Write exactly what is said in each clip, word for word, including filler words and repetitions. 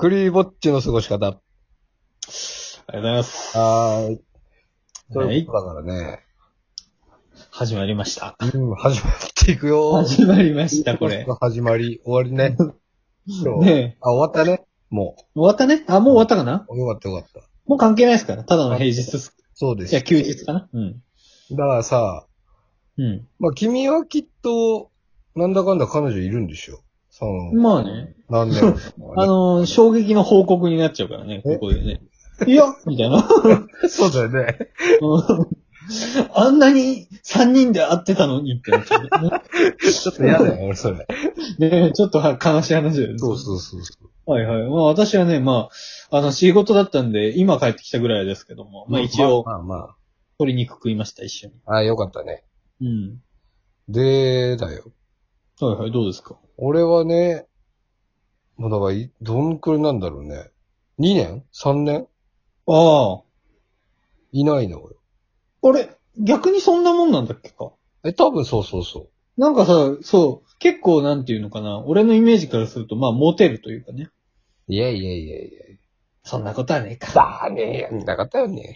クリぼっちの過ごし方。 ありがとうございます。 はーい。そうはいいうことだからね。 始まりました。 うん、始まっていくよ。 始まりました、これ。 始まり、終わりね。今日。 ねえ。 あ、終わったね。も終わったねあ、もう終わったかなう。よかったよかった。 もう関係ないですから。ただの平日っす。 そうです。 いや、休日かなうん。 だからさ、 うん。 まあ君はきっと、なんだかんだ彼女いるんでしょ。その、 まあね。 何年も、ね。 あのー、衝撃の報告になっちゃうからね、ここでね。いやみたいな。 そうだよね。 あんなに三人で会ってたのにってなっちゃう、ね。 ちょっと嫌だよ、俺それ。 ねえ、ちょっと悲しい話だよね。 そうそうそうそう。 はいはい。まあ私はね、まあ、あの仕事だったんで、今帰ってきたぐらいですけども、まあ一応、 まあまあ、まあ。 鶏肉食いました、一緒に。 ああ、よかったね。 うん。 で、だよ。 はいはい、どうですか？ 俺はね、もうだからい、どんくらいなんだろうね。にねん ?さん 年ああ。 いないのよ。 あれ、逆にそんなもんなんだっけか？ え、多分そうそうそなんかさ、そう、結構なんていうのかな、俺のイメージからすると、まあ、モテるというかね。 う。いやいやいやいや。 そんなことはねえか。 だーねえ、なかったよね。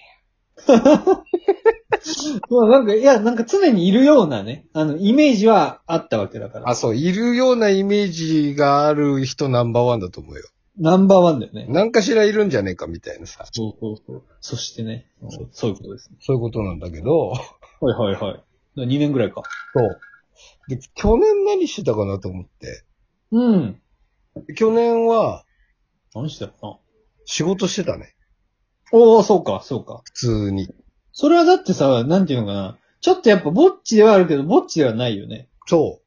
まあなんか、いや、なんか常にいるようなね、あの、イメージはあったわけだから。 あ、そう、いるようなイメージがある人ナンバーワンだと思うよ。 ナンバーワンだよね。 何かしらいるんじゃねえかみたいなさ。 そうそうそう。そしてね、そうそういうことですね。 そういうことなんだけど、 はいはいはい。にねんぐらいか。 そう。で、去年何してたかなと思って。 うん。 去年は何してたかな。 仕事してたね。 おー、そうか、そうか。 普通に。 それはだってさ、なんていうのかな。ちょっとやっぱぼっちではあるけど、ぼっちではないよね。 そう。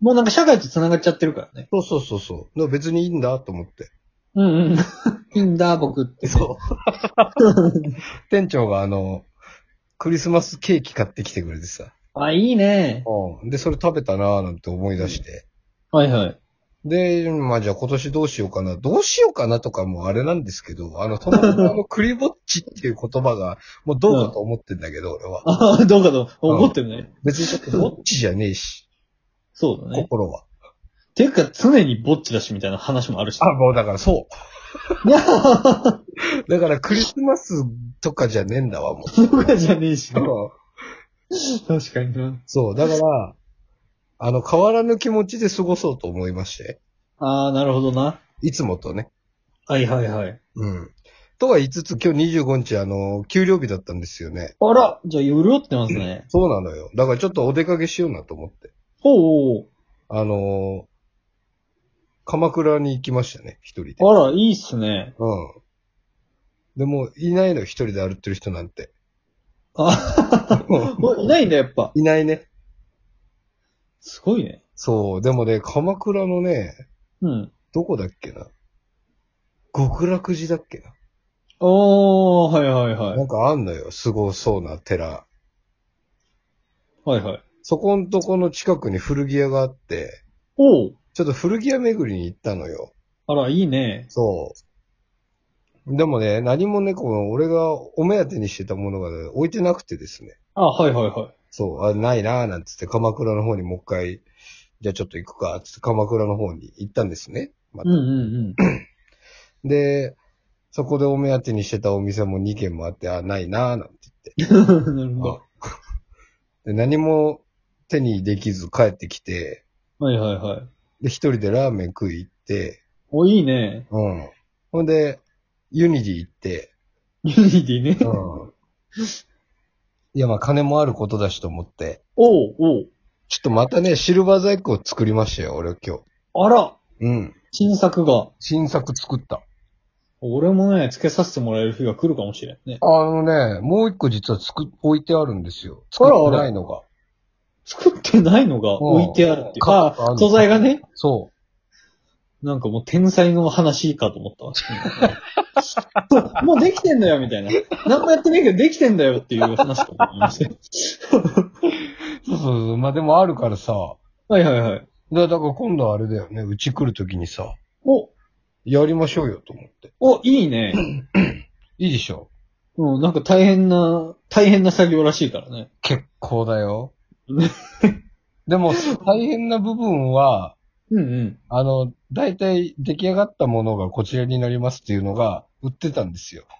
もうなんか社会と繋がっちゃってるからね。 そうそうそうそう。だから別にいいんだと思って。 うんうん。いいんだ、僕って、ね。 そう。店長があの、クリスマスケーキ買ってきてくれてさ。 あ、いいね。 うん。で、それ食べたなーなんて思い出して。 はいはい。 で、まあじゃあ今年どうしようかな。どうしようかなとかもあれなんですけど、あの、その、あの、クリぼっちっていう言葉が、もうどうかと思ってんだけど、俺は。 ああ、どうかと思ってるね。 別にちょっとぼっちじゃねえし、 そうだね。 心は。 ていうか、常にぼっちだしみたいな話もあるし。 あ、もうだからそいやう。だからクリスマスとかじゃねえんだわ、もう。 そうかじゃねえしね。 うん確かにな。 そう、だから、あの、変わらぬ気持ちで過ごそうと思いまして。 ああ、なるほどな。 いつもとね。 はいはいはい。 うん。とは言いつつ、今日にじゅうごにち、あの、給料日だったんですよね。 あら、じゃあ潤ってますね。 そうなのよ。だからちょっとお出かけしようなと思って。 ほうほう。 あの、鎌倉に行きましたね、一人で。 あら、いいっすね。 うん。でも、いないのよ、一人で歩ってる人なんて。 あおいないんだ、やっぱ。 いないね。 すごいね。 そう。でもね、鎌倉のね、 うん。 どこだっけな。極楽寺だっけな。 おー、はいはいはなんかあんのよ、すごそうな寺。 い。はいはい。 そこんとこの近くに古着屋があって、 おう。 ちょっと古着屋巡りに行ったのよ。 あら、いいね。 そう。でもね、何もね、この、俺がお目当てにしてたものが、ね、置いてなくてですね。 あ、はいはいはい。 そう、あ、ないなーなんつって鎌倉の方にもう一回、じゃあちょっと行くか、つって鎌倉の方に行ったんですね。またうんうんで、そこでお目当てにしてたお店もにけんもあって、あ、ないなーなんてうん。なる言って。 ほど。 で何も手にできず帰ってきて、 はいはいはい。 で、一人でラーメン食い行って、 お、いいね。 うん。ほんで、ユニディ行って、 ユニティね。 うん。いや、まあ金もあることだしと思って、 おうおう。 ちょっとまたね、シルバー細工を作りましたよ、俺は今日。 あら、 うん。 新作が。 新作作った。 俺もね、つけさせてもらえる日が来るかもしれんね。 あのね、もう一個実はつく、置いてあるんですよ。作ってないのが。 作ってないのが置いてあるっていう。 うんああ、素材がね。 そなんかもう天才の話かと思ったわ。そうもうできてんだよ、みたいな。何もやってないけどできてんだよっていう話かと思いました。 う。そうそう。まあでもあるからさ。 はいはいはい。 だだから今度はあれだよね。うち来るときにさ、 お、 やりましょうよと思って。 お、いいね。 いいでしょ。 うん、なんか大変な、大変な作業らしいからね。 結構だよ。でも、大変な部分は、 うんうん。 あの、だいたい出来上がったものがこちらになりますっていうのが売ってたんですよ。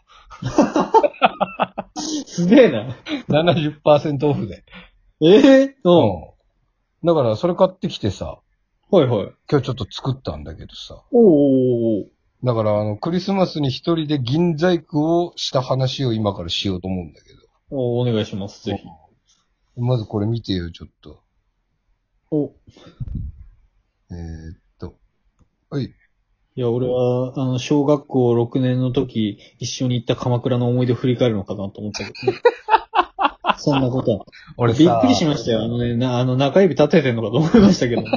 すげえな。 ななじゅっパーセントオフで。 ええー、うん。 うん。だからそれ買ってきてさ、 はいはい。 今日ちょっと作ったんだけどさ。 おーおーおー。 だからあの、クリスマスに一人で銀細工をした話を今からしようと思うんだけど。 おお願いします、ぜひ。 まずこれ見てよ、ちょっと。 お。 えー、っと。はい。 いや、俺は、あの、小学校ろくねんの時、一緒に行った鎌倉の思い出を振り返るのかなと思ったけどね。そんなことは。 俺さ、 びっくりしましたよ。あのね、な、あの、中指立ててんのかと思いましたけどね。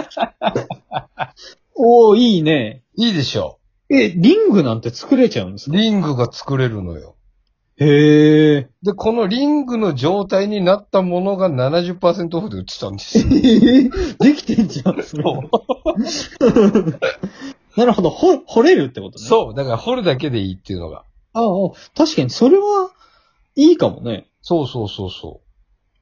おー、いいね。 いいでしょ。 え、リングなんて作れちゃうんですか？ リングが作れるのよ。 へえ。 で、このリングの状態になったものが ななじゅっパーセント オフで売ってたんですよ。 できてんじゃん。そう。なるほど。ほ、掘れるってことね。 そう。だから掘るだけでいいっていうのが。 ああ、確かにそれは、いいかもね。 そうそうそうそう。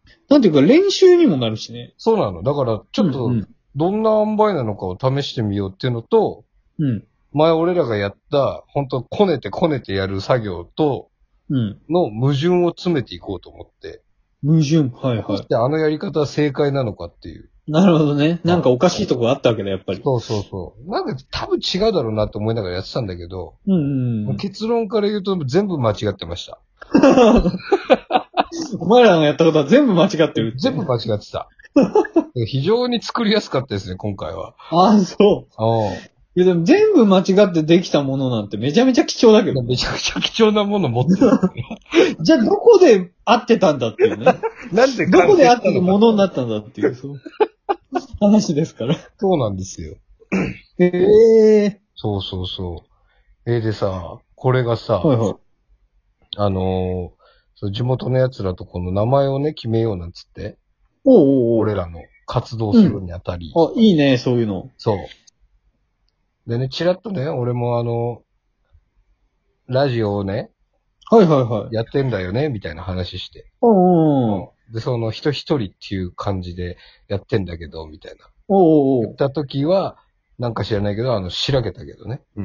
なんていうか練習にもなるしね。 そうなの。だから、ちょっと、どんな塩梅なのかを試してみようっていうのと、 うん。 前俺らがやった、本当こねてこねてやる作業と、 うん。 の矛盾を詰めていこうと思って。 矛盾。はいはい。 そしてあのやり方は正解なのかっていう。 なるほどね。なんかおかしいとこがあったわけだ、やっぱり。 そうそうそう。なんか多分違うだろうなって思いながらやってたんだけど、 うんうんうん。 結論から言うと全部間違ってました。 お前らのやったことは全部間違ってるって。 全部間違ってた。非常に作りやすかったですね、今回は。 ああ、そう。 うん。 いやでも全部間違ってできたものなんてめちゃめちゃ貴重だけど。 めちゃくちゃ貴重なもの持ってる。 じゃあどこで合ってたんだっていうね。 なんでどこで合ってるものになっったんだっていう、そう。話ですから。 そうなんですよ。 へえ。 そうそうそう。えー、でさ、これがさ、 はいはい。 あのーそう地元の奴らとこの名前をね、決めようなんつって、 おうおうおう。 俺らの活動するにあたり、 あ、いいね、そういうの。 そう。でね、ちらっとね、俺もあの、ラジオをね、 はいはいはい。 やってんだよね、みたいな話して。 おうおうおう。 で、その人一人っていう感じでやってんだけど、みたいな。 おうおうおう。 言った時は、なんか知らないけど、あの、しらけたけどね。うん。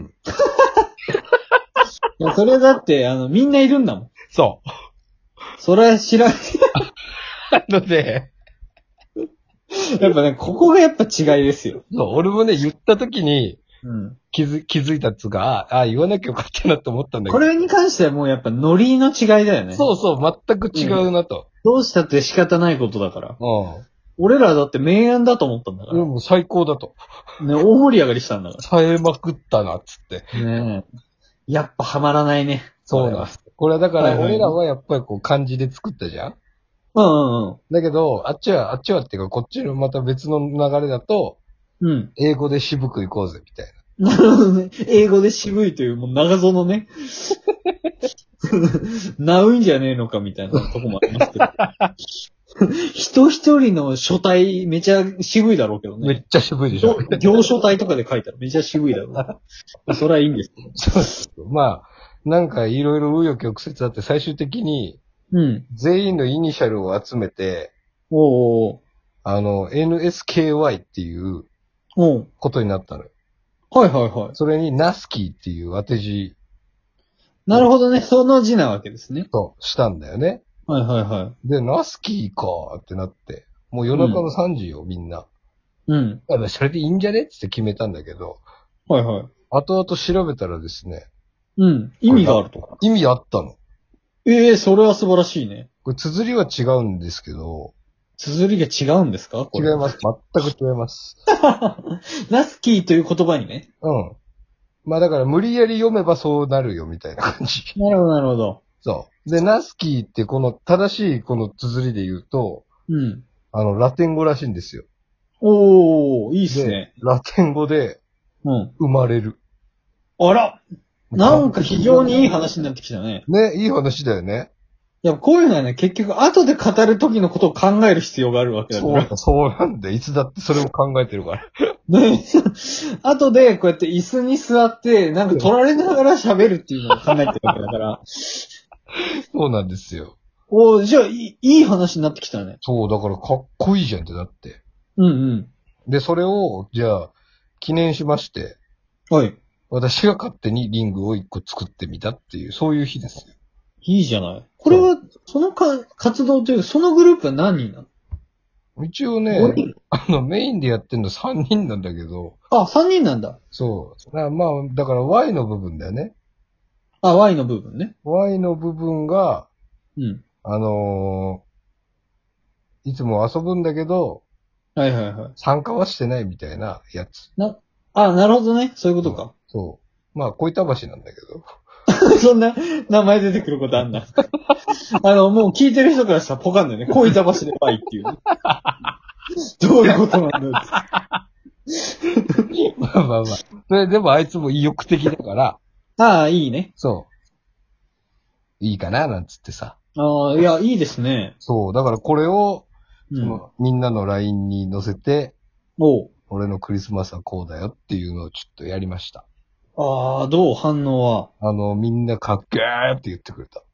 いや、それだって、あの、みんないるんだもん。 そそれは知らん。 う。なので、 やっぱね、ここがやっぱ違いですよ。 そう、俺もね、言った時にうん。 気づ、気づいたっつうか、ああ、言わなきゃよかったなって思ったんだけど。 これに関してはもうやっぱノリの違いだよね。 そうそう、全く違うなと。 どうしたって仕方ないことだから。 う俺らだって明暗だと思ったんだかん。 ら。 うん、もう最高だと。 ね、大盛り上がりしたんだか冴えまくったな、っつって。 ら。ねえ。やっぱハマらないね。 そうなんです。これはだから、 はいはい俺らはやっぱりこう漢字で作ったじゃん。 うんうんだけど、あっちは、あっちはっていうか、こっちのまた別の流れだと、 うん。うん。 英語で渋く行こうぜ、みたいな。 なるほどね。英語で渋いという、もう長園ね。なうんじゃねえのかみたいなとこもありますけど。人一人の書体めちゃ渋いだろうけどね。 めっちゃ渋いでしょ。 行行書体とかで書いたらめちゃ渋いだろう。それはいいんですけど。 そうそうまあ、なんかいろいろ紆余曲折あって、最終的にうん。 全員のイニシャルを集めて、 おーおあの、エヌエスケーワイ っていうーおーことになったのよ。 はいはいはい。 それにナスキーっていう当て字なるほどね。その字なわけですね。 としたんだよね。 はいはいはで、ナスキーかーってなって、もう夜中のさんじよ、みんな。 い。うん。 やっぱそれでいいんじゃねって決めたんだけど、 はいはい。 後々調べたらですね、 うん。意味があるとか。 意味あったの。 ええー、それは素晴らしいね。 これ綴りは違うんですけど、 綴りが違うんですかこれ。 違います。全く違います。 ナスキーという言葉にね。 うん。まあだから無理やり読めばそうなるよみたいな感じ。 なるほどなるほど。 そう。で、ナスキーってこの正しいこの綴りで言うと、 うん。 あの、ラテン語らしいんですよ。 おー、いいっすでね。、 ラテン語でうん。 生まれる。 あらなんか非常にいい話になってきたね。 ね、いい話だよね。 いや、こういうのはね、結局後で語る時のことを考える必要があるわけだから。 そう、そうなんだ。いつだってそれを考えてるから。 ね。後でこうやって椅子に座って、なんか取られながら喋るっていうのを考えてるわけだから。 そうなんですよ。 おー、じゃあいい、いい話になってきたね。 そう、だからかっこいいじゃんって、だって。 うんうん。 で、それを、じゃあ、 記念しまして、 はい。 私が勝手にリングを一個作ってみたっていう、そういう日ですよ。 いいじゃない。これは、そのか、活動というか、そのグループは何人なの？ 一応ね、あの、メインでやってんのさんにんなんだけど、 あ、さんにんなんだ。 そう。だからまあ、だから Y の部分だよね。 あ、Y の部分ね。 Y の部分が、 うん。 あのーいつも遊ぶんだけど、 はいはいはい。 参加はしてないみたいなやつ。 な、あ、なるほどね。そういうことか。 そう。まあ、小板橋なんだけど。 そんな名前出てくることあんな。あの、もう聞いてる人からしたらポカンだよね。こういった場所でパイっていうね。どういうことなんだよ。 まあまあまあ。それでもあいつも意欲的だから、 ああ、いいね。 そう。いいかななんつってさ。 ああ、いや、いいですね。 そう。だからこれを、 うん。 そのみんなの ライン に載せて、 おう。 俺のクリスマスはこうだよっていうのをちょっとやりました。 ああ、どう反応は。 あの、みんなかっけーって言ってくれた。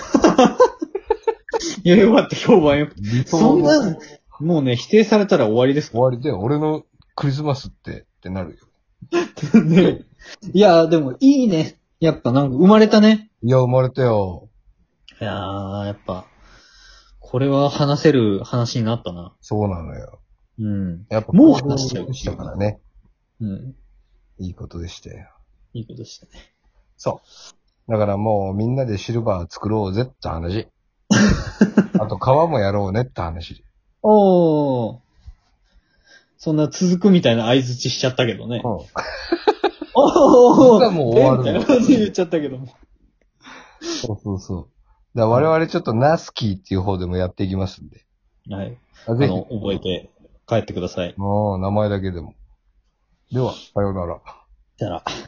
いや、よかった、評判よく。 理想そんのな、もうね、否定されたら終わりですか終わりで、俺のクリスマスってってなるよ。 らね。いや、でもいいね。やっぱなんか生まれたね。 いや、生まれたよ。 いやー、やっぱ、これは話せる話になったな。 そうなのよ。 うん。 やっぱ、 もう話しちゃうしたからね。 うん。 いいことでしたよ。 いいことしたね。 そう。だからもうみんなでシルバー作ろうぜって話。あと川もやろうねって話。 おー。そんな続くみたいな相槌しちゃったけどね。 うん。 おー。 実はもう終わるのえみたいな感じで言っちゃったけども。 そうそうそう。だから我々ちょっとナスキーっていう方でもやっていきますんで。 はい。 あぜひあの、。覚えて帰ってください。 もう名前だけでも。では、さようなら。 じゃあ。